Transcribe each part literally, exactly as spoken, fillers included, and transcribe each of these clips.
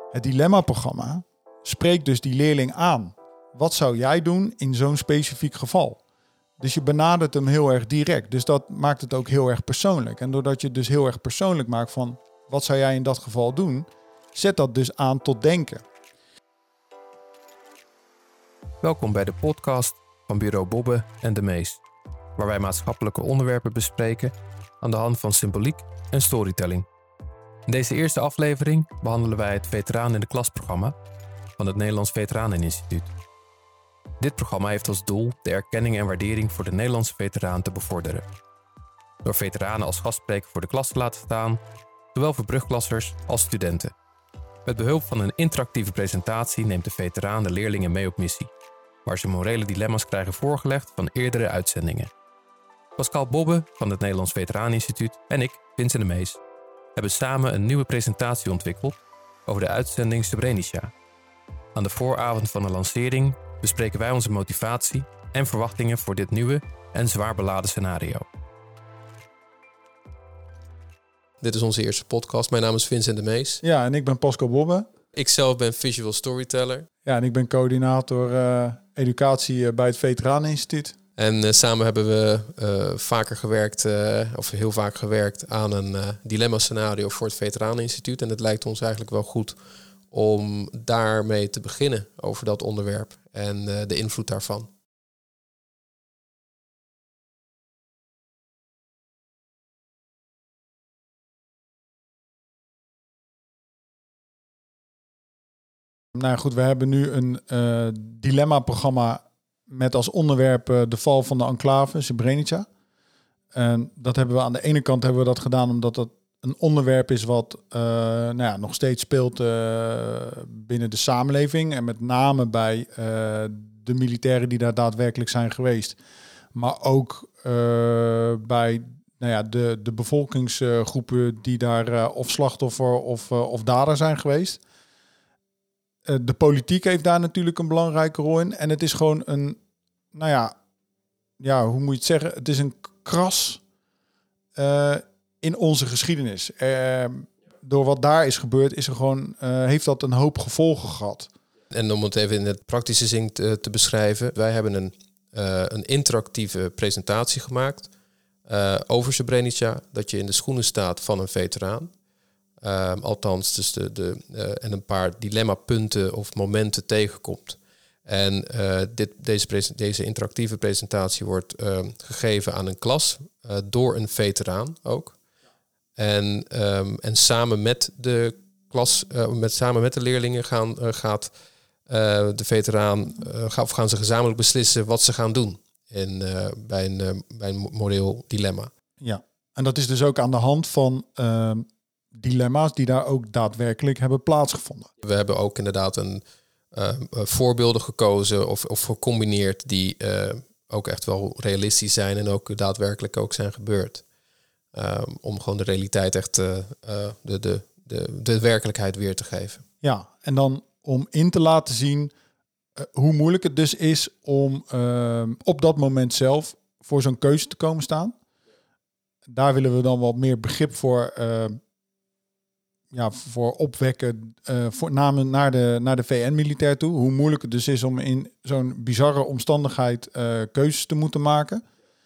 Het dilemma-programma spreekt dus die leerling aan. Wat zou jij doen in zo'n specifiek geval? Dus je benadert hem heel erg direct. Dus dat maakt het ook heel erg persoonlijk. En doordat je het dus heel erg persoonlijk maakt van wat zou jij in dat geval doen, zet dat dus aan tot denken. Welkom bij de podcast van Bureau Bobbe en de Mees, waar wij maatschappelijke onderwerpen bespreken aan de hand van symboliek en storytelling. In deze eerste aflevering behandelen wij het Veteraan in de Klas-programma van het Nederlands Veteraneninstituut. Dit programma heeft als doel de erkenning en waardering voor de Nederlandse veteraan te bevorderen. Door veteranen als gastspreker voor de klas te laten staan, zowel voor brugklassers als studenten. Met behulp van een interactieve presentatie neemt de veteraan de leerlingen mee op missie, waar ze morele dilemma's krijgen voorgelegd van eerdere uitzendingen. Pascal Bobbe van het Nederlands Veteraneninstituut en ik, Vincent de Mees, hebben samen een nieuwe presentatie ontwikkeld over de uitzending Srebrenica. Aan de vooravond van de lancering bespreken wij onze motivatie en verwachtingen voor dit nieuwe en zwaar beladen scenario. Dit is onze eerste podcast. Mijn naam is Vincent de Mees. Ja, en ik ben Pascal Bobbe. Ik zelf ben visual storyteller. Ja, en ik ben coördinator uh, educatie uh, bij het Veteraneninstituut. En uh, samen hebben we uh, vaker gewerkt, uh, of heel vaak gewerkt aan een uh, dilemma-scenario voor het Veteraneninstituut. En het lijkt ons eigenlijk wel goed om daarmee te beginnen over dat onderwerp en uh, de invloed daarvan. Nou goed, we hebben nu een uh, dilemma-programma met als onderwerp uh, de val van de enclave, Srebrenica. En dat hebben we aan de ene kant hebben we dat gedaan omdat dat een onderwerp is wat uh, nou ja, nog steeds speelt uh, binnen de samenleving. En met name bij uh, de militairen die daar daadwerkelijk zijn geweest. Maar ook uh, bij nou ja, de, de bevolkingsgroepen die daar uh, of slachtoffer of, uh, of dader zijn geweest. De politiek heeft daar natuurlijk een belangrijke rol in. En het is gewoon een, nou ja, ja hoe moet je het zeggen? Het is een kras uh, in onze geschiedenis. Uh, door wat daar is gebeurd, is er gewoon, uh, heeft dat een hoop gevolgen gehad. En om het even in het praktische zin te, te beschrijven. Wij hebben een, uh, een interactieve presentatie gemaakt uh, over Srebrenica. Dat je in de schoenen staat van een veteraan. Uh, althans, dus de, de, uh, en een paar dilemmapunten of momenten tegenkomt. En uh, dit, deze, prese- deze interactieve presentatie wordt uh, gegeven aan een klas uh, door een veteraan ook. En, um, en samen met de klas, uh, met, samen met de leerlingen gaan, uh, gaat uh, de veteraan uh, gaan, of gaan ze gezamenlijk beslissen wat ze gaan doen in, uh, bij, een, uh, bij een moreel dilemma. Ja, en dat is dus ook aan de hand van Uh... dilemma's die daar ook daadwerkelijk hebben plaatsgevonden. We hebben ook inderdaad een uh, voorbeelden gekozen of, of gecombineerd die uh, ook echt wel realistisch zijn en ook daadwerkelijk ook zijn gebeurd. Um, om gewoon de realiteit echt uh, uh, de, de, de, de werkelijkheid weer te geven. Ja, en dan om in te laten zien uh, hoe moeilijk het dus is om uh, op dat moment zelf voor zo'n keuze te komen staan. Daar willen we dan wat meer begrip voor Uh, Ja, voor opwekken, uh, voor namen naar de, naar de V N-militair toe. Hoe moeilijk het dus is om in zo'n bizarre omstandigheid uh, keuzes te moeten maken.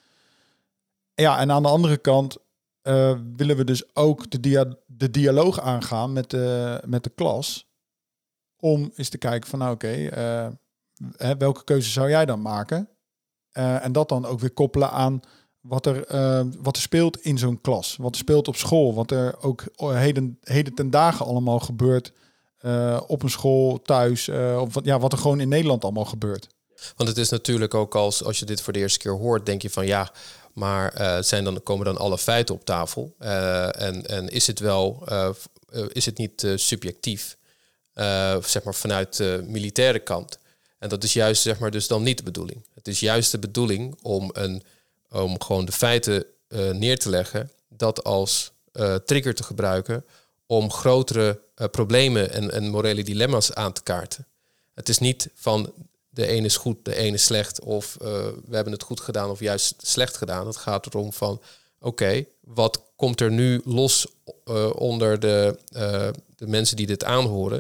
Ja, en aan de andere kant uh, willen we dus ook de, dia- de dialoog aangaan met de, met de klas. Om eens te kijken van nou oké, okay, uh, welke keuze zou jij dan maken? Uh, en dat dan ook weer koppelen aan Wat er, uh, wat er speelt in zo'n klas. Wat er speelt op school. Wat er ook heden, heden ten dagen allemaal gebeurt. Uh, op een school, thuis. Uh, of wat, ja, wat er gewoon in Nederland allemaal gebeurt. Want het is natuurlijk ook als, als je dit voor de eerste keer hoort, denk je van ja, maar uh, zijn dan, komen dan alle feiten op tafel? Uh, en, en is het wel, uh, is het niet uh, subjectief? Uh, zeg maar vanuit de militaire kant. En dat is juist zeg maar dus dan niet de bedoeling. Het is juist de bedoeling om een om gewoon de feiten uh, neer te leggen, dat als uh, trigger te gebruiken om grotere uh, problemen en, en morele dilemma's aan te kaarten. Het is niet van de ene is goed, de ene is slecht, of uh, we hebben het goed gedaan of juist slecht gedaan. Het gaat erom van, oké, okay, wat komt er nu los uh, onder de, uh, de mensen die dit aanhoren?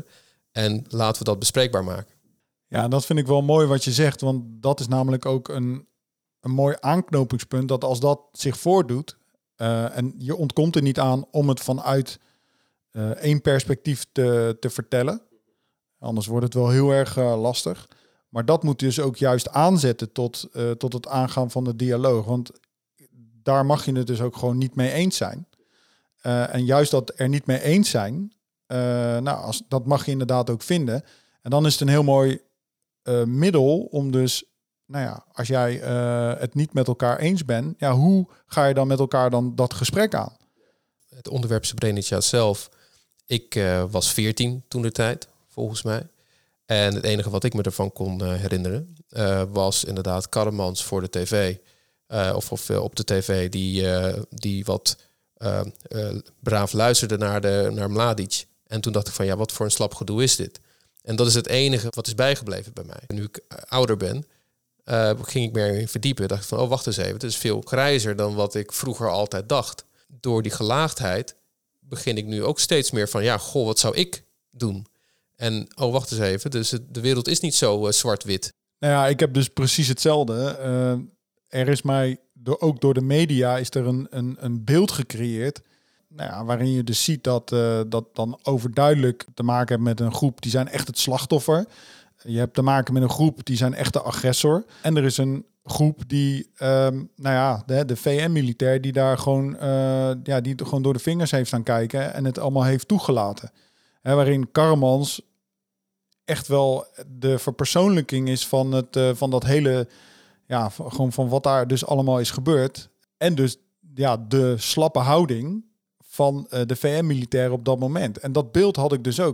En laten we dat bespreekbaar maken. Ja, dat vind ik wel mooi wat je zegt. Want dat is namelijk ook een, een mooi aanknopingspunt. Dat als dat zich voordoet... Uh, en je ontkomt er niet aan om het vanuit uh, één perspectief te, te vertellen. Anders wordt het wel heel erg uh, lastig. Maar dat moet dus ook juist aanzetten tot, uh, tot het aangaan van de dialoog. Want daar mag je het dus ook gewoon niet mee eens zijn. Uh, en juist dat er niet mee eens zijn, uh, nou, als, dat mag je inderdaad ook vinden. En dan is het een heel mooi uh, middel om dus, nou ja, als jij uh, het niet met elkaar eens bent, ja, hoe ga je dan met elkaar dan dat gesprek aan? Het onderwerp Srebrenica zelf, ik uh, was veertien toen de tijd, volgens mij. En het enige wat ik me ervan kon uh, herinneren, uh, was inderdaad Karremans voor de tv. Uh, of of uh, op de tv, die, uh, die wat uh, uh, braaf luisterde naar, de, naar Mladic. En toen dacht ik van, ja, wat voor een slap gedoe is dit? En dat is het enige wat is bijgebleven bij mij. En nu ik uh, ouder ben, uh, ging ik meer in verdiepen. Dacht ik van, oh, wacht eens even. Het is veel grijzer dan wat ik vroeger altijd dacht. Door die gelaagdheid begin ik nu ook steeds meer van, ja, goh, wat zou ik doen? En, oh, wacht eens even. Dus de wereld is niet zo uh, zwart-wit. Nou ja, ik heb dus precies hetzelfde. Uh, er is mij, door, ook door de media, is er een, een, een beeld gecreëerd. Nou ja, waarin je dus ziet dat uh, dat dan overduidelijk te maken hebt met een groep die zijn echt het slachtoffer. Je hebt te maken met een groep die zijn echt de agressor. En er is een groep die, um, nou ja, de, de V N-militair die daar gewoon, uh, ja, die gewoon door de vingers heeft staan kijken en het allemaal heeft toegelaten. He, waarin Karremans echt wel de verpersoonlijking is van het uh, van dat hele, ja, van, gewoon van wat daar dus allemaal is gebeurd. En dus ja, de slappe houding van uh, de V N-militairen op dat moment. En dat beeld had ik dus ook.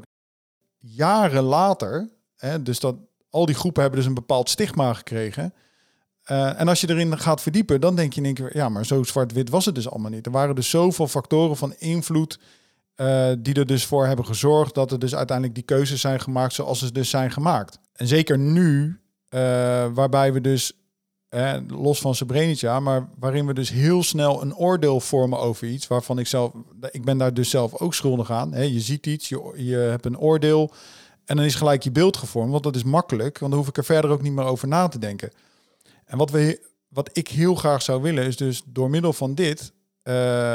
Jaren later, hè, dus dat al die groepen hebben dus een bepaald stigma gekregen. Uh, en als je erin gaat verdiepen, dan denk je in één keer, ja, maar zo zwart-wit was het dus allemaal niet. Er waren dus zoveel factoren van invloed uh, die er dus voor hebben gezorgd dat er dus uiteindelijk die keuzes zijn gemaakt zoals ze dus zijn gemaakt. En zeker nu, uh, waarbij we dus, uh, los van Srebrenica, maar waarin we dus heel snel een oordeel vormen over iets, waarvan ik zelf, ik ben daar dus zelf ook schuldig aan. Hè? Je ziet iets, je, je hebt een oordeel en dan is gelijk je beeld gevormd, want dat is makkelijk, want dan hoef ik er verder ook niet meer over na te denken. En wat, we, wat ik heel graag zou willen, is dus door middel van dit uh,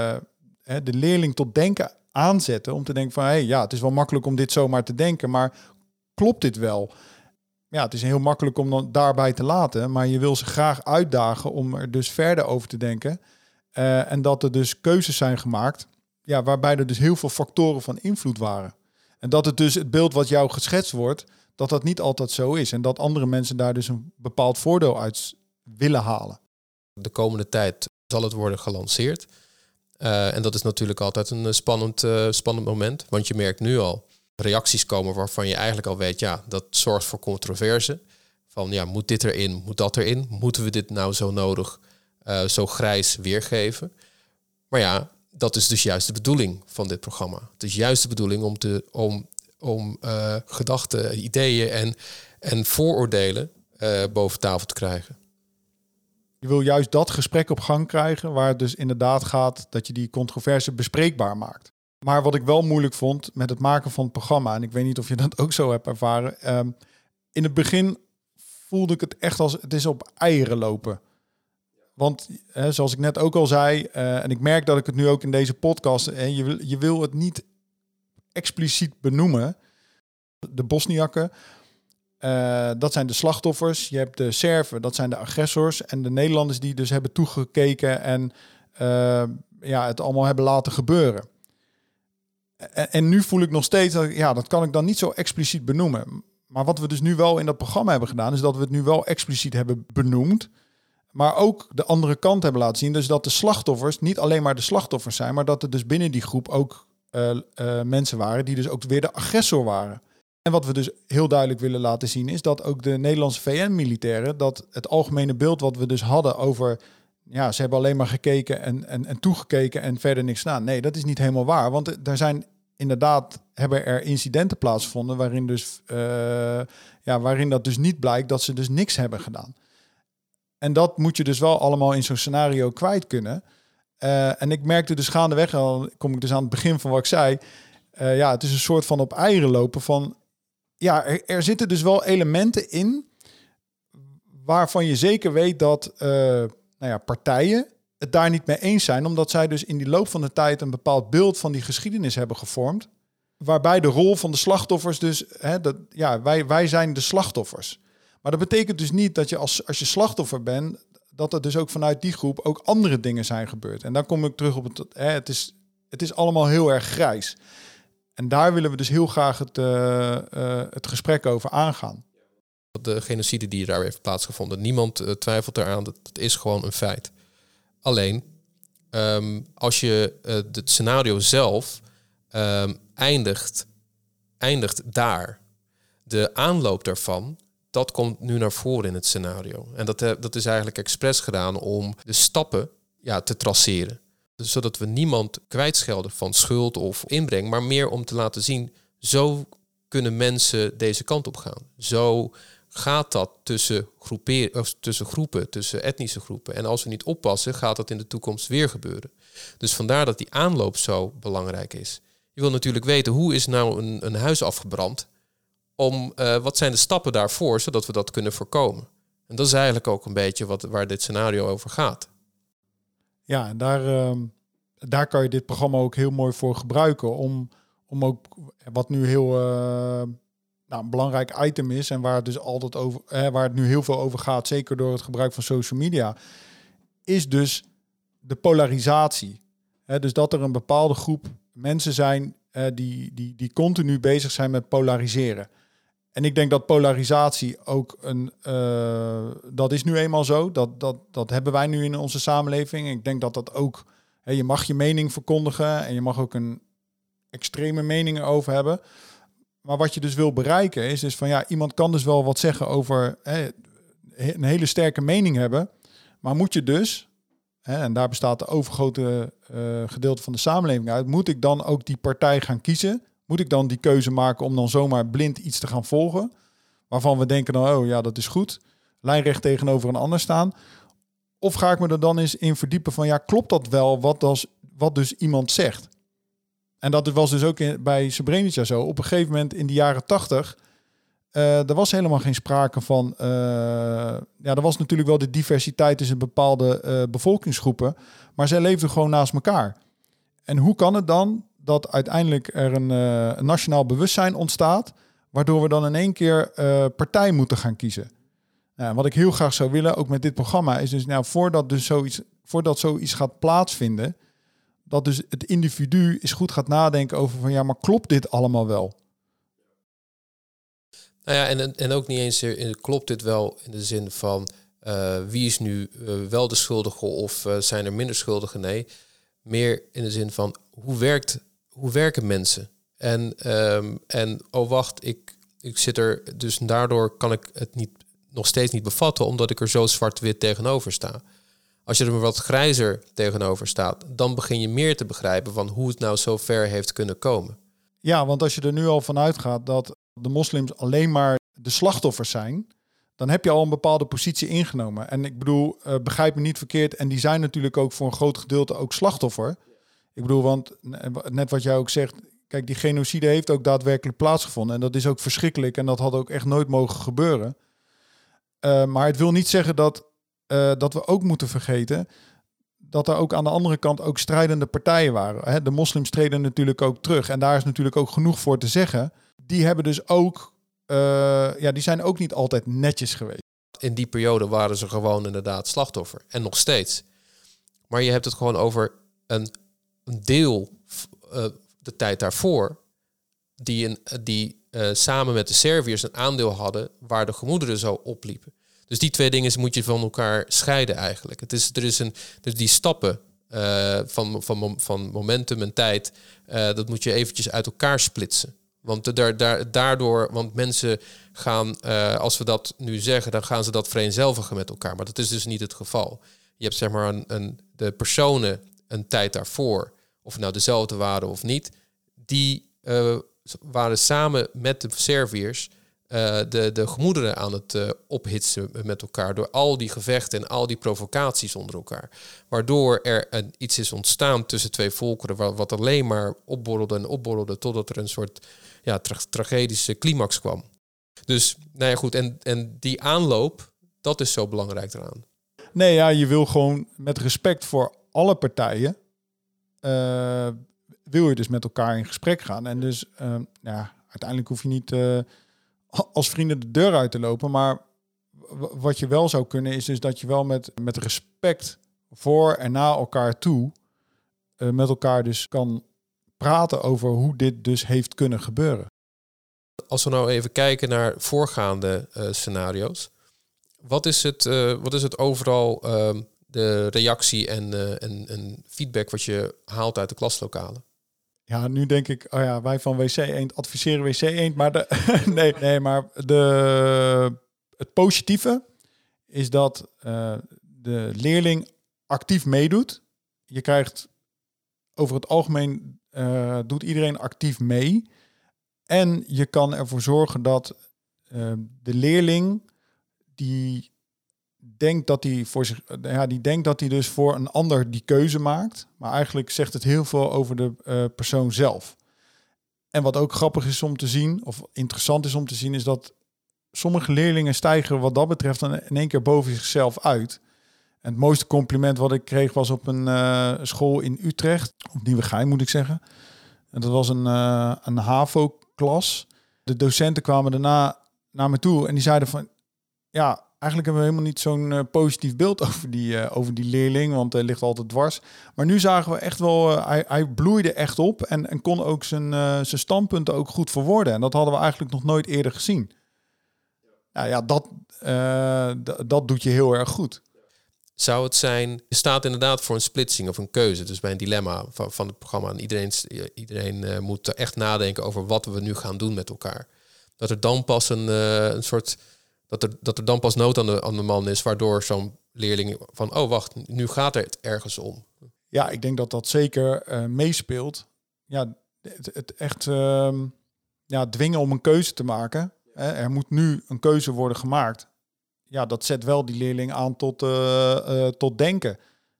de leerling tot denken aanzetten. Om te denken van, hé, hey, ja, het is wel makkelijk om dit zomaar te denken, maar klopt dit wel? Ja, het is heel makkelijk om dan daarbij te laten, maar je wil ze graag uitdagen om er dus verder over te denken. Uh, en dat er dus keuzes zijn gemaakt, ja, waarbij er dus heel veel factoren van invloed waren. En dat het dus het beeld wat jou geschetst wordt, dat dat niet altijd zo is. En dat andere mensen daar dus een bepaald voordeel uit willen halen. De komende tijd zal het worden gelanceerd. Uh, en dat is natuurlijk altijd een spannend, uh, spannend moment. Want je merkt nu al reacties komen waarvan je eigenlijk al weet, ja, dat zorgt voor controverse. Van, ja, moet dit erin, moet dat erin? Moeten we dit nou zo nodig, uh, zo grijs weergeven? Maar ja, dat is dus juist de bedoeling van dit programma. Het is juist de bedoeling om te... om om uh, gedachten, ideeën en, en vooroordelen uh, boven tafel te krijgen. Je wil juist dat gesprek op gang krijgen, waar het dus inderdaad gaat dat je die controverse bespreekbaar maakt. Maar wat ik wel moeilijk vond met het maken van het programma, en ik weet niet of je dat ook zo hebt ervaren, um, in het begin voelde ik het echt als het is op eieren lopen. Want hè, zoals ik net ook al zei, uh, en ik merk dat ik het nu ook in deze podcast, hè, je, wil, je wil het niet expliciet benoemen. De Bosniakken, uh, dat zijn de slachtoffers. Je hebt de Serven, dat zijn de agressors. En de Nederlanders die dus hebben toegekeken en uh, ja, het allemaal hebben laten gebeuren. En, en nu voel ik nog steeds, dat, ja, dat kan ik dan niet zo expliciet benoemen. Maar wat we dus nu wel in dat programma hebben gedaan, is dat we het nu wel expliciet hebben benoemd, maar ook de andere kant hebben laten zien. Dus dat de slachtoffers niet alleen maar de slachtoffers zijn, maar dat er dus binnen die groep ook Uh, uh, mensen waren die dus ook weer de agressor waren. En wat we dus heel duidelijk willen laten zien is dat ook de Nederlandse V N-militairen, dat het algemene beeld wat we dus hadden over, ja, ze hebben alleen maar gekeken en, en, en toegekeken en verder niks gedaan. Nee, dat is niet helemaal waar, want er zijn inderdaad, hebben er incidenten plaatsgevonden waarin dus, uh, ja, waarin dat dus niet blijkt dat ze dus niks hebben gedaan. En dat moet je dus wel allemaal in zo'n scenario kwijt kunnen. Uh, en ik merkte dus gaandeweg, al kom ik dus aan het begin van wat ik zei, uh, ja, het is een soort van op eieren lopen van, ja, er, er zitten dus wel elementen in waarvan je zeker weet dat uh, nou ja, partijen het daar niet mee eens zijn, omdat zij dus in die loop van de tijd een bepaald beeld van die geschiedenis hebben gevormd, waarbij de rol van de slachtoffers dus, hè, dat, ja, wij, wij zijn de slachtoffers. Maar dat betekent dus niet dat je als, als je slachtoffer bent, dat er dus ook vanuit die groep ook andere dingen zijn gebeurd. En dan kom ik terug op het, hè, het is, het is allemaal heel erg grijs. En daar willen we dus heel graag het, uh, uh, het gesprek over aangaan. De genocide die daar heeft plaatsgevonden, niemand uh, twijfelt eraan, dat, dat is gewoon een feit. Alleen, um, als je uh, het scenario zelf um, eindigt, eindigt daar, de aanloop daarvan, dat komt nu naar voren in het scenario. En dat, uh, dat is eigenlijk expres gedaan om de stappen ja, te traceren. Dus zodat we niemand kwijtschelden van schuld of inbreng, maar meer om te laten zien, zo kunnen mensen deze kant op gaan. Zo gaat dat tussen, groeper, of tussen groepen, tussen etnische groepen. En als we niet oppassen, gaat dat in de toekomst weer gebeuren. Dus vandaar dat die aanloop zo belangrijk is. Je wil natuurlijk weten, hoe is nou een, een huis afgebrand? Om, uh, wat zijn de stappen daarvoor, zodat we dat kunnen voorkomen? En dat is eigenlijk ook een beetje wat, waar dit scenario over gaat. Ja, en daar, uh, daar kan je dit programma ook heel mooi voor gebruiken. Om, om ook, wat nu heel uh, nou, een belangrijk item is en waar het dus altijd over, eh, waar het nu heel veel over gaat, zeker door het gebruik van social media, is dus de polarisatie. He, dus dat er een bepaalde groep mensen zijn uh, die, die, die continu bezig zijn met polariseren. En ik denk dat polarisatie ook een, uh, dat is nu eenmaal zo. Dat, dat, dat hebben wij nu in onze samenleving. Ik denk dat dat ook, hè, je mag je mening verkondigen en je mag ook een extreme mening erover hebben. Maar wat je dus wil bereiken is dus van ja, iemand kan dus wel wat zeggen over, hè, een hele sterke mening hebben. Maar moet je dus, hè, en daar bestaat de overgrote uh, gedeelte van de samenleving uit, moet ik dan ook die partij gaan kiezen? Moet ik dan die keuze maken om dan zomaar blind iets te gaan volgen, waarvan we denken dan, oh ja, dat is goed, lijnrecht tegenover een ander staan? Of ga ik me er dan eens in verdiepen van, ja, klopt dat wel wat, dus, wat dus iemand zegt? En dat was dus ook in, bij Srebrenica zo. Op een gegeven moment in de jaren tachtig, uh, er was helemaal geen sprake van, uh, ja, er was natuurlijk wel de diversiteit tussen bepaalde uh, bevolkingsgroepen, maar zij leefden gewoon naast elkaar. En hoe kan het dan dat uiteindelijk er een, uh, een nationaal bewustzijn ontstaat, waardoor we dan in één keer uh, partij moeten gaan kiezen? Nou, wat ik heel graag zou willen, ook met dit programma, is dus nou, voordat, dus zoiets, voordat zoiets gaat plaatsvinden, dat dus het individu eens goed gaat nadenken over van ja, maar klopt dit allemaal wel? Nou ja, en, en ook niet eens klopt dit wel in de zin van uh, wie is nu uh, wel de schuldige of uh, zijn er minder schuldigen? Nee, meer in de zin van hoe werkt Hoe werken mensen? En, um, en oh wacht, ik, ik zit er, dus daardoor kan ik het niet, nog steeds niet bevatten, omdat ik er zo zwart-wit tegenover sta. Als je er wat grijzer tegenover staat, dan begin je meer te begrijpen van hoe het nou zo ver heeft kunnen komen. Ja, want als je er nu al van uitgaat dat de moslims alleen maar de slachtoffers zijn, dan heb je al een bepaalde positie ingenomen. En ik bedoel, uh, begrijp me niet verkeerd, en die zijn natuurlijk ook voor een groot gedeelte ook slachtoffer. Ik bedoel, want net wat jij ook zegt, kijk, die genocide heeft ook daadwerkelijk plaatsgevonden. En dat is ook verschrikkelijk en dat had ook echt nooit mogen gebeuren. Uh, maar het wil niet zeggen dat, uh, dat we ook moeten vergeten dat er ook aan de andere kant ook strijdende partijen waren. Hè? De moslims treden natuurlijk ook terug. En daar is natuurlijk ook genoeg voor te zeggen. Die hebben dus ook, uh, ja, die zijn ook niet altijd netjes geweest. In die periode waren ze gewoon inderdaad slachtoffer. En nog steeds. Maar je hebt het gewoon over een een deel uh, de tijd daarvoor, die, een, die uh, samen met de Serviërs een aandeel hadden waar de gemoederen zo opliepen. Dus die twee dingen moet je van elkaar scheiden eigenlijk. Het is, er is een, dus die stappen uh, van, van, van momentum en tijd, uh, dat moet je eventjes uit elkaar splitsen. Want daar, daar, daardoor, want mensen gaan, uh, als we dat nu zeggen, dan gaan ze dat vereenzelvigen met elkaar. Maar dat is dus niet het geval. Je hebt zeg maar een, een, de personen een tijd daarvoor, of het nou dezelfde waren of niet, die uh, waren samen met de Serviërs uh, de, de gemoederen aan het uh, ophitsen met elkaar door al die gevechten en al die provocaties onder elkaar. Waardoor er een, iets is ontstaan tussen twee volkeren wat, wat alleen maar opborrelde en opborrelde totdat er een soort ja, tra- tragedische climax kwam. Dus, nou ja, goed. En, en die aanloop, dat is zo belangrijk eraan. Nee, ja, je wil gewoon met respect voor alle partijen... Uh, wil je dus met elkaar in gesprek gaan. En dus, uh, ja, uiteindelijk hoef je niet uh, als vrienden de deur uit te lopen. Maar w- wat je wel zou kunnen, is dus dat je wel met, met respect voor en naar elkaar toe... Uh, met elkaar dus kan praten over hoe dit dus heeft kunnen gebeuren. Als we nou even kijken naar voorgaande uh, scenario's. Wat is het, uh, wat is het overal uh, de reactie en, uh, en, en feedback wat je haalt uit de klaslokalen? Ja, nu denk ik, oh ja, wij van W C Eend adviseren W C Eend. Maar, de, nee, nee, maar de, het positieve is dat uh, de leerling actief meedoet. Je krijgt over het algemeen, uh, doet iedereen actief mee. En je kan ervoor zorgen dat uh, de leerling die denkt dat hij voor zich, ja, die denkt dat hij dus voor een ander die keuze maakt. Maar eigenlijk zegt het heel veel over de uh, persoon zelf. En wat ook grappig is om te zien, of interessant is om te zien, is dat sommige leerlingen stijgen wat dat betreft dan in één keer boven zichzelf uit. En het mooiste compliment wat ik kreeg was op een uh, school in Utrecht, of Nieuwegein moet ik zeggen. En dat was een, uh, een HAVO-klas. De docenten kwamen daarna naar me toe en die zeiden van, ja, eigenlijk hebben we helemaal niet zo'n uh, positief beeld over die, uh, over die leerling, want hij ligt altijd dwars. Maar nu zagen we echt wel, uh, hij, hij bloeide echt op en, en kon ook zijn, uh, zijn standpunten ook goed verwoorden. En dat hadden we eigenlijk nog nooit eerder gezien. Nou ja, dat, uh, d- dat doet je heel erg goed. Zou het zijn, je staat inderdaad voor een splitsing of een keuze, dus bij een dilemma van, van het programma. En iedereen, iedereen uh, moet er echt nadenken over wat we nu gaan doen met elkaar. Dat er dan pas een, uh, een soort, dat er, dat er dan pas nood aan de, aan de man is, waardoor zo'n leerling van, oh wacht, nu gaat het ergens om. Ja, ik denk dat dat zeker uh, meespeelt. Ja, het, het echt uh, ja, dwingen om een keuze te maken. Hè, er moet nu een keuze worden gemaakt. Ja, dat zet wel die leerling aan tot, uh, uh, tot denken.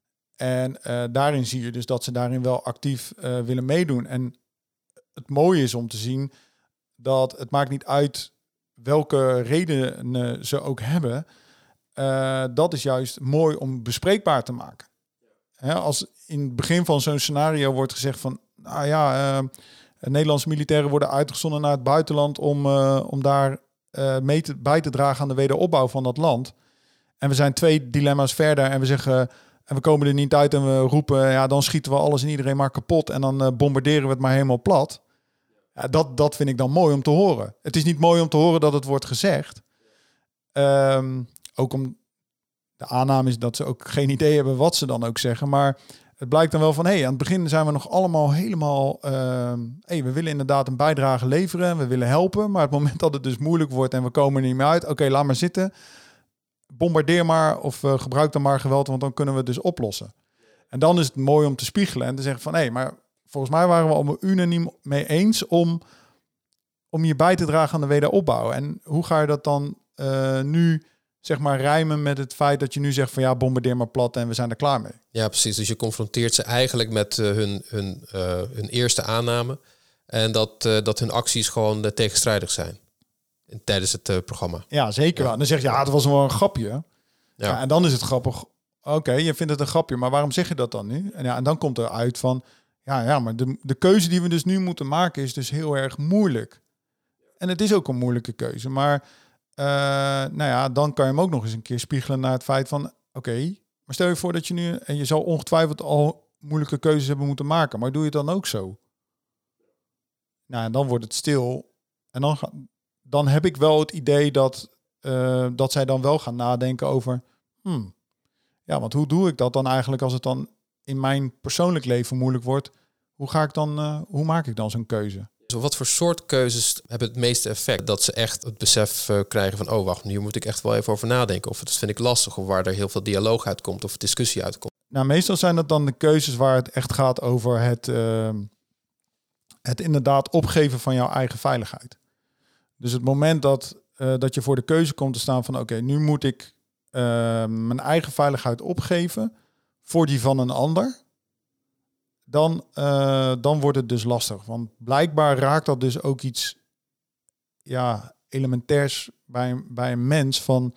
En uh, daarin zie je dus dat ze daarin wel actief uh, willen meedoen. En het mooie is om te zien dat het maakt niet uit welke redenen ze ook hebben. Uh, dat is juist mooi om bespreekbaar te maken. Hè, als in het begin van zo'n scenario wordt gezegd van, nou ja, uh, Nederlandse militairen worden uitgezonden naar het buitenland om, uh, om daar uh, mee te, bij te dragen aan de wederopbouw van dat land. En we zijn twee dilemma's verder en we zeggen, en we komen er niet uit en we roepen, ja, dan schieten we alles en iedereen maar kapot en dan uh, bombarderen we het maar helemaal plat. Ja, dat, dat vind ik dan mooi om te horen. Het is niet mooi om te horen dat het wordt gezegd. Um, ook om de aanname is dat ze ook geen idee hebben wat ze dan ook zeggen. Maar het blijkt dan wel van, hé, hey, aan het begin zijn we nog allemaal helemaal, uh, hey, we willen inderdaad een bijdrage leveren, we willen helpen. Maar het moment dat het dus moeilijk wordt en we komen er niet meer uit, oké, okay, laat maar zitten. Bombardeer maar of uh, gebruik dan maar geweld, want dan kunnen we het dus oplossen. En dan is het mooi om te spiegelen en te zeggen van, hé, hey, maar volgens mij waren we allemaal unaniem mee eens om, om je bij te dragen aan de wederopbouw. En hoe ga je dat dan uh, nu, zeg maar, rijmen met het feit dat je nu zegt van, ja, bombardeer maar plat en we zijn er klaar mee. Ja, precies. Dus je confronteert ze eigenlijk met uh, hun, hun, uh, hun eerste aanname en dat, uh, dat hun acties gewoon uh, tegenstrijdig zijn in, tijdens het uh, programma. Ja, zeker. Ja. En dan zeg je, ja, het was wel een grapje. Ja. Ja, en dan is het grappig. Oké, okay, je vindt het een grapje, maar waarom zeg je dat dan nu? En, ja, en dan komt er uit van, ja, ja, maar de, de keuze die we dus nu moeten maken is dus heel erg moeilijk. En het is ook een moeilijke keuze. Maar uh, nou ja, dan kan je hem ook nog eens een keer spiegelen naar het feit van, oké, okay, maar stel je voor dat je nu, en je zal ongetwijfeld al moeilijke keuzes hebben moeten maken, maar doe je het dan ook zo? Nou, en dan wordt het stil. En dan, ga, dan heb ik wel het idee dat, uh, dat zij dan wel gaan nadenken over, hmm, ja, want hoe doe ik dat dan eigenlijk als het dan in mijn persoonlijk leven moeilijk wordt? Hoe ga ik dan, uh, hoe maak ik dan zo'n keuze? Dus wat voor soort keuzes hebben het meeste effect? Dat ze echt het besef uh, krijgen van, oh wacht, hier moet ik echt wel even over nadenken. Of dat vind ik lastig, of waar er heel veel dialoog uitkomt of discussie uitkomt. Nou, meestal zijn dat dan de keuzes waar het echt gaat over het, uh, het inderdaad opgeven van jouw eigen veiligheid. Dus het moment dat, uh, dat je voor de keuze komt te staan van, oké, okay, nu moet ik uh, mijn eigen veiligheid opgeven voor die van een ander. Dan, uh, dan wordt het dus lastig. Want blijkbaar raakt dat dus ook iets, ja, elementairs bij, bij een mens van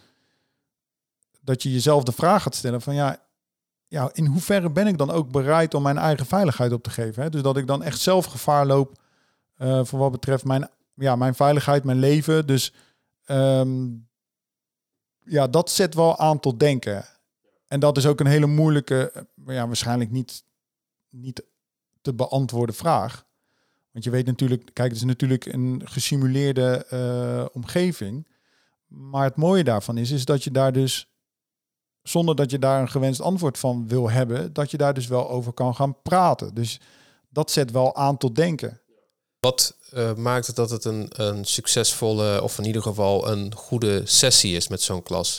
dat je jezelf de vraag gaat stellen van ja, ja, in hoeverre ben ik dan ook bereid om mijn eigen veiligheid op te geven? Hè? Dus dat ik dan echt zelf gevaar loop uh, voor wat betreft mijn, ja, mijn veiligheid, mijn leven. Dus um, ja, dat zet wel aan tot denken. En dat is ook een hele moeilijke, ja, waarschijnlijk niet, niet te beantwoorden vraag. Want je weet natuurlijk, kijk, het is natuurlijk een gesimuleerde uh, omgeving. Maar het mooie daarvan is, is dat je daar dus, zonder dat je daar een gewenst antwoord van wil hebben, dat je daar dus wel over kan gaan praten. Dus dat zet wel aan tot denken. Wat uh, maakt het dat het een, een succesvolle, of in ieder geval een goede sessie is met zo'n klas?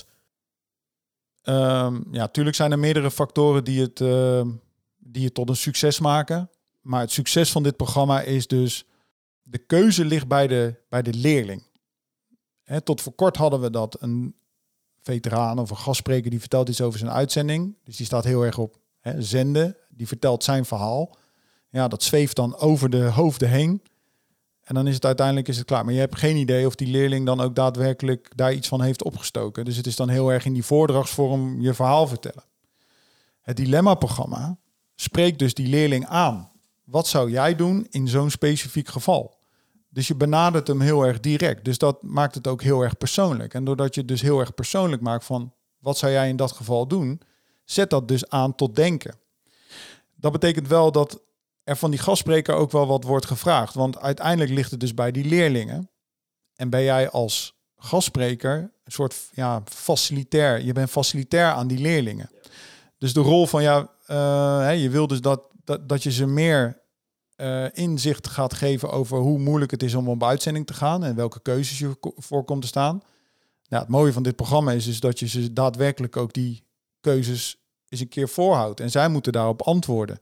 Um, ja, natuurlijk zijn er meerdere factoren die het, uh, die het tot een succes maken. Maar het succes van dit programma is dus, de keuze ligt bij de, bij de leerling. Hè, tot voor kort hadden we dat een veteraan of een gastspreker die vertelt iets over zijn uitzending. Dus die staat heel erg op hè, zenden. Die vertelt zijn verhaal. Ja, dat zweeft dan over de hoofden heen. En dan is het uiteindelijk is het klaar. Maar je hebt geen idee of die leerling dan ook daadwerkelijk daar iets van heeft opgestoken. Dus het is dan heel erg in die voordrachtsvorm je verhaal vertellen. Het dilemma-programma spreekt dus die leerling aan. Wat zou jij doen in zo'n specifiek geval? Dus je benadert hem heel erg direct. Dus dat maakt het ook heel erg persoonlijk. En doordat je het dus heel erg persoonlijk maakt van wat zou jij in dat geval doen, zet dat dus aan tot denken. Dat betekent wel dat er van die gastspreker ook wel wat wordt gevraagd. Want uiteindelijk ligt het dus bij die leerlingen. En ben jij als gastspreker een soort ja, facilitair. Je bent facilitair aan die leerlingen. Dus de rol van ja, uh, je wil dus dat, dat, dat je ze meer uh, inzicht gaat geven over hoe moeilijk het is om op uitzending te gaan en welke keuzes je voor komt te staan. Nou, het mooie van dit programma is dus dat je ze daadwerkelijk ook die keuzes eens een keer voorhoudt. En zij moeten daarop antwoorden.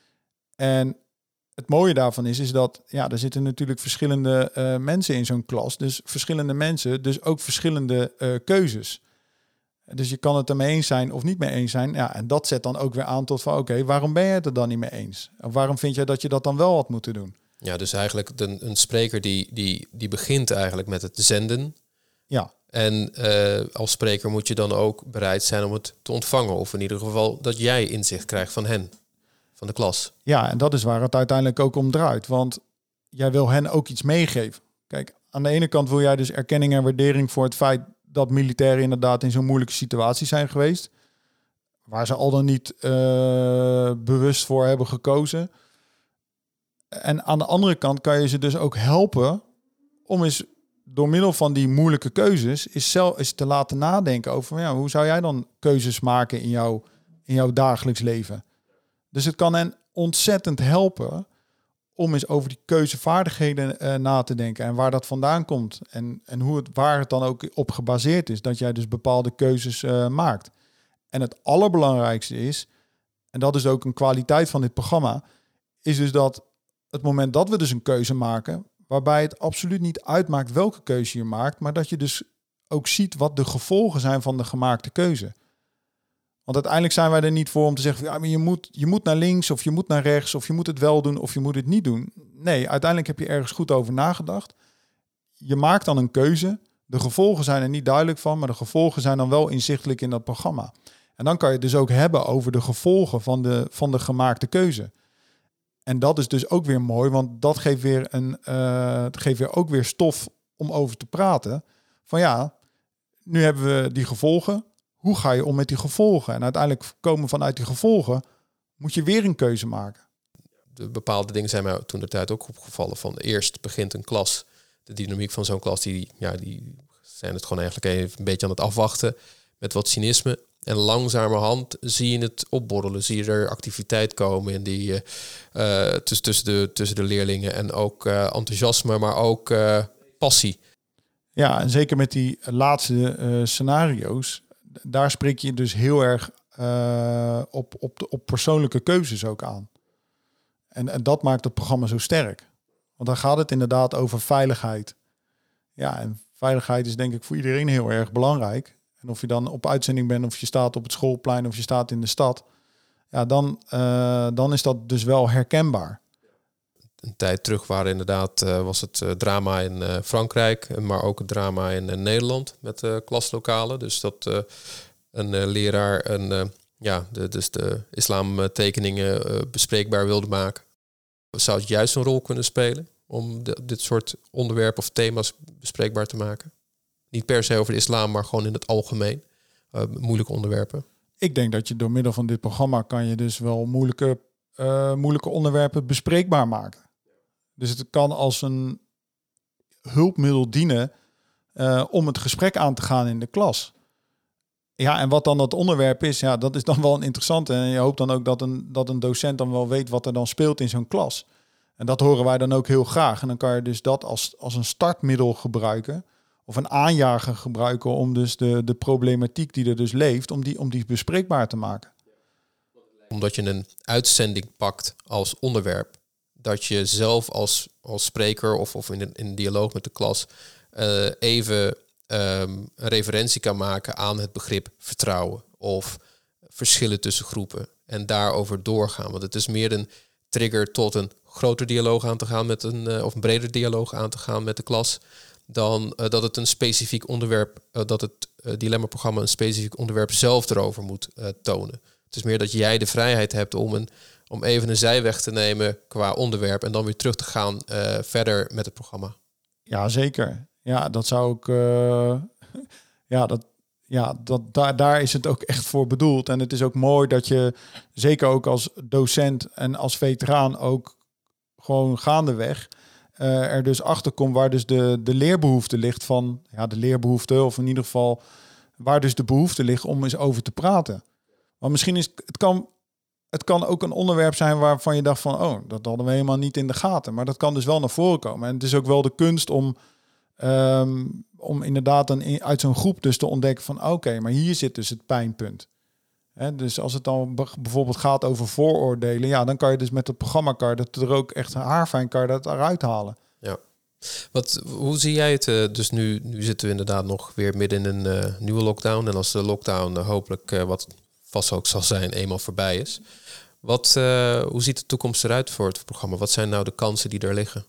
En het mooie daarvan is, is dat ja, er zitten natuurlijk verschillende uh, mensen in zo'n klas. Dus verschillende mensen, dus ook verschillende uh, keuzes. Dus je kan het ermee eens zijn of niet mee eens zijn. Ja, en dat zet dan ook weer aan tot van oké, okay, waarom ben je het er dan niet mee eens? Of waarom vind jij dat je dat dan wel had moeten doen? Ja, dus eigenlijk de, een spreker die, die, die begint eigenlijk met het zenden. Ja. En uh, als spreker moet je dan ook bereid zijn om het te ontvangen. Of in ieder geval dat jij inzicht krijgt van hen, van de klas. Ja, en dat is waar het uiteindelijk ook om draait. Want jij wil hen ook iets meegeven. Kijk, aan de ene kant wil jij dus erkenning en waardering voor het feit dat militairen inderdaad in zo'n moeilijke situatie zijn geweest. Waar ze al dan niet uh, bewust voor hebben gekozen. En aan de andere kant kan je ze dus ook helpen om eens door middel van die moeilijke keuzes is zelf is te laten nadenken over ja, hoe zou jij dan keuzes maken in jouw, in jouw dagelijks leven. Dus het kan hen ontzettend helpen om eens over die keuzevaardigheden uh, na te denken en waar dat vandaan komt en, en hoe het, waar het dan ook op gebaseerd is, dat jij dus bepaalde keuzes uh, maakt. En het allerbelangrijkste is, en dat is ook een kwaliteit van dit programma, is dus dat het moment dat we dus een keuze maken, waarbij het absoluut niet uitmaakt welke keuze je maakt, maar dat je dus ook ziet wat de gevolgen zijn van de gemaakte keuze. Want uiteindelijk zijn wij er niet voor om te zeggen, ja, maar je moet, je moet naar links of je moet naar rechts of je moet het wel doen of je moet het niet doen. Nee, uiteindelijk heb je ergens goed over nagedacht. Je maakt dan een keuze. De gevolgen zijn er niet duidelijk van, maar de gevolgen zijn dan wel inzichtelijk in dat programma. En dan kan je het dus ook hebben over de gevolgen van de, van de gemaakte keuze. En dat is dus ook weer mooi, want dat geeft weer, een, uh, geeft weer ook weer stof om over te praten. Van ja, nu hebben we die gevolgen. Hoe ga je om met die gevolgen? En uiteindelijk komen vanuit die gevolgen moet je weer een keuze maken. De bepaalde dingen zijn mij toen de tijd ook opgevallen. Van eerst begint een klas, de dynamiek van zo'n klas, die, ja, die zijn het gewoon eigenlijk even een beetje aan het afwachten met wat cynisme. En langzamerhand zie je het opborrelen, zie je er activiteit komen in die uh, uh, tussen, tussen, de, tussen de leerlingen en ook uh, enthousiasme, maar ook uh, passie. Ja, en zeker met die laatste uh, scenario's, daar spreek je dus heel erg uh, op, op, de, op persoonlijke keuzes ook aan. En, en dat maakt het programma zo sterk. Want dan gaat het inderdaad over veiligheid. Ja, en veiligheid is denk ik voor iedereen heel erg belangrijk. En of je dan op uitzending bent, of je staat op het schoolplein, of je staat in de stad, ja, dan, uh, dan is dat dus wel herkenbaar. een tijd terug waren inderdaad, uh, was het uh, drama in uh, Frankrijk, maar ook het drama in uh, Nederland met uh, klaslokalen. Dus dat uh, een uh, leraar een, uh, ja, de, dus de islamtekeningen uh, bespreekbaar wilde maken. Zou het juist een rol kunnen spelen om de, dit soort onderwerpen of thema's bespreekbaar te maken? Niet per se over de islam, maar gewoon in het algemeen. Uh, moeilijke onderwerpen. Ik denk dat je door middel van dit programma kan je dus wel moeilijke, uh, moeilijke onderwerpen bespreekbaar maken. Dus het kan als een hulpmiddel dienen uh, om het gesprek aan te gaan in de klas. Ja, en wat dan dat onderwerp is, ja, dat is dan wel een interessante. En je hoopt dan ook dat een, dat een docent dan wel weet wat er dan speelt in zo'n klas. En dat horen wij dan ook heel graag. En dan kan je dus dat als, als een startmiddel gebruiken. Of een aanjager gebruiken om dus de, de problematiek die er dus leeft, om die, om die bespreekbaar te maken. Omdat je een uitzending pakt als onderwerp, dat je zelf als, als spreker of, of in, een, in een dialoog met de klas uh, even um, een referentie kan maken aan het begrip vertrouwen of verschillen tussen groepen en daarover doorgaan. Want het is meer een trigger tot een groter dialoog aan te gaan met een uh, of een breder dialoog aan te gaan met de klas, dan uh, dat het een specifiek onderwerp, uh, dat het uh, dilemma-programma een specifiek onderwerp zelf erover moet uh, tonen. Het is meer dat jij de vrijheid hebt om, een, om even een zijweg te nemen qua onderwerp en dan weer terug te gaan uh, verder met het programma. Ja, zeker. Ja, dat zou ik. Uh, ja, dat, ja dat, daar, daar is het ook echt voor bedoeld. En het is ook mooi dat je, zeker ook als docent en als veteraan, ook gewoon gaandeweg Uh, er dus achter komt waar dus de, de leerbehoefte ligt van, ja, de leerbehoefte, of in ieder geval waar dus de behoefte ligt om eens over te praten. Want misschien is het kan, het kan ook een onderwerp zijn waarvan je dacht van, oh, dat hadden we helemaal niet in de gaten. Maar dat kan dus wel naar voren komen. En het is ook wel de kunst om, um, om inderdaad een, uit zo'n groep dus te ontdekken van, oké, okay, maar hier zit dus het pijnpunt. He, dus als het dan bijvoorbeeld gaat over vooroordelen, ja, dan kan je dus met het programma kan je dat er ook echt haarfijn kan je dat eruit halen. Ja. Wat, hoe zie jij het? Uh, dus nu, nu zitten we inderdaad nog weer midden in een uh, nieuwe lockdown. En als de lockdown uh, hopelijk, uh, wat vast ook zal zijn, eenmaal voorbij is. Wat, uh, hoe ziet de toekomst eruit voor het programma? Wat zijn nou de kansen die er liggen?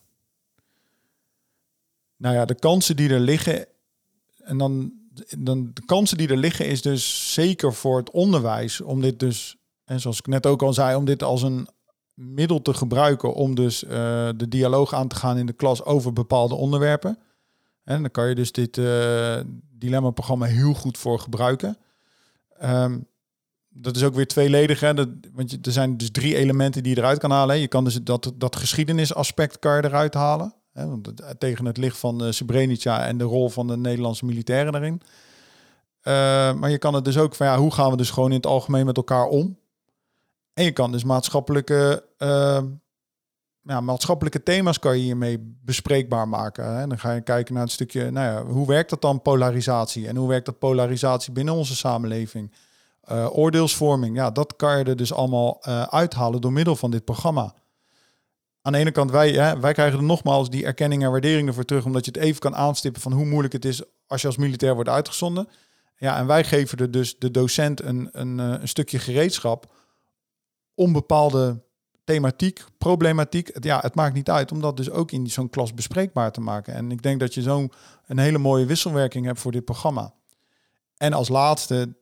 Nou ja, de kansen die er liggen, en dan... Dan de kansen die er liggen is dus zeker voor het onderwijs om dit dus, en zoals ik net ook al zei, om dit als een middel te gebruiken om dus uh, de dialoog aan te gaan in de klas over bepaalde onderwerpen. En dan kan je dus dit uh, dilemma-programma heel goed voor gebruiken. Um, dat is ook weer tweeledig, hè? Dat, want je, er zijn dus drie elementen die je eruit kan halen. Hè? Je kan dus dat, dat geschiedenisaspect kan je eruit halen. Hè? Want het, tegen het licht van uh, Srebrenica en de rol van de Nederlandse militairen daarin. Uh, maar je kan het dus ook van, ja, hoe gaan we dus gewoon in het algemeen met elkaar om? En je kan dus maatschappelijke, uh, ja, maatschappelijke thema's kan je hiermee bespreekbaar maken. Hè? Dan ga je kijken naar het stukje, nou ja, hoe werkt dat dan, polarisatie? En hoe werkt dat polarisatie binnen onze samenleving? Uh, oordeelsvorming, ja, dat kan je er dus allemaal uh, uithalen door middel van dit programma. Aan de ene kant, wij, hè, wij krijgen er nogmaals die erkenning en waardering ervoor terug, omdat je het even kan aanstippen van hoe moeilijk het is als je als militair wordt uitgezonden. Ja, en wij geven er dus de docent een, een, een stukje gereedschap om bepaalde thematiek, problematiek, ja, het maakt niet uit, om dat dus ook in zo'n klas bespreekbaar te maken. En ik denk dat je zo'n een hele mooie wisselwerking hebt voor dit programma. En als laatste,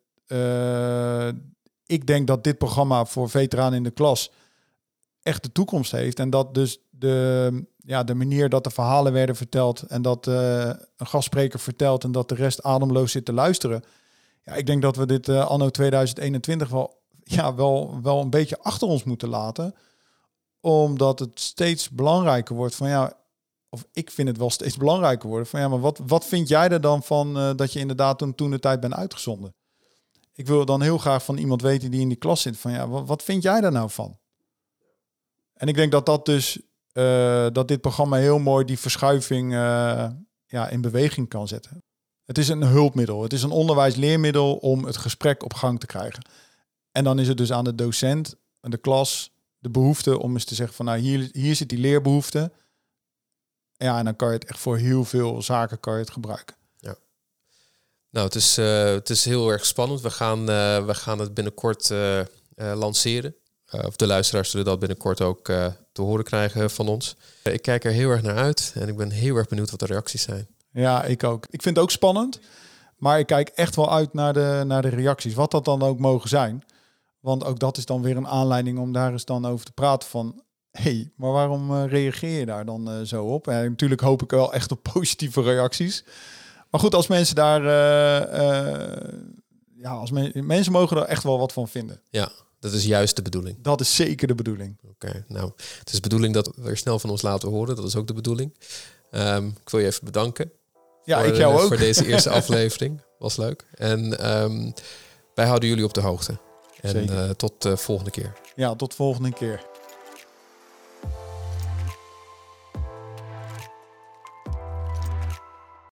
uh, ik denk dat dit programma voor veteranen in de klas echt de toekomst heeft. En dat dus de, ja, de manier dat de verhalen werden verteld en dat uh, een gastspreker vertelt en dat de rest ademloos zit te luisteren. Ja, ik denk dat we dit uh, anno tweeduizend eenentwintig wel, ja, wel, wel een beetje achter ons moeten laten. Omdat het steeds belangrijker wordt van, ja, of ik vind het wel steeds belangrijker worden van, ja, maar wat, wat vind jij er dan van uh, dat je inderdaad toen, toen de tijd bent uitgezonden? Ik wil dan heel graag van iemand weten die in die klas zit van, ja, wat, wat vind jij daar nou van? En ik denk dat dat dus, uh, dat dit programma heel mooi die verschuiving uh, ja, in beweging kan zetten. Het is een hulpmiddel. Het is een onderwijsleermiddel om het gesprek op gang te krijgen. En dan is het dus aan de docent en de klas de behoefte om eens te zeggen van, nou, hier, hier zit die leerbehoefte. Ja, en dan kan je het echt voor heel veel zaken kan je het gebruiken. Ja. Nou, het is, uh, het is heel erg spannend. We gaan, uh, we gaan het binnenkort uh, uh, lanceren. uh, of de luisteraars zullen dat binnenkort ook uh, te horen krijgen van ons. Uh, ik kijk er heel erg naar uit en ik ben heel erg benieuwd wat de reacties zijn. Ja, ik ook. Ik vind het ook spannend, maar ik kijk echt wel uit naar de, naar de reacties. Wat dat dan ook mogen zijn. Want ook dat is dan weer een aanleiding om daar eens dan over te praten van... hé, hey, maar waarom uh, reageer je daar dan uh, zo op? En natuurlijk hoop ik wel echt op positieve reacties. Maar goed, als mensen daar... Uh, uh, ja, als men, mensen mogen er echt wel wat van vinden. Ja, dat is juist de bedoeling. Dat is zeker de bedoeling. Oké, okay, nou, het is de bedoeling dat we er snel van ons laten horen. Dat is ook de bedoeling. Um, ik wil je even bedanken. Ja, voor, ik jou uh, ook. Voor deze eerste aflevering. Was leuk. En um, wij houden jullie op de hoogte. En uh, tot de uh, volgende keer. Ja, tot volgende keer.